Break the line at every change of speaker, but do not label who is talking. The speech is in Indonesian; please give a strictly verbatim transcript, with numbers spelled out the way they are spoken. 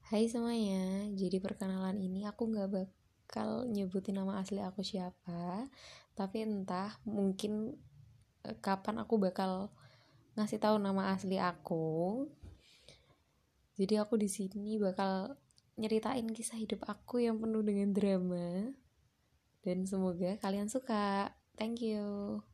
Hai semuanya, jadi perkenalan ini aku gak bakal nyebutin nama asli aku siapa, tapi entah mungkin eh, kapan aku bakal ngasih tahu nama asli aku. Jadi aku di sini bakal nyeritain kisah hidup aku yang penuh dengan drama dan semoga kalian suka. Thank you.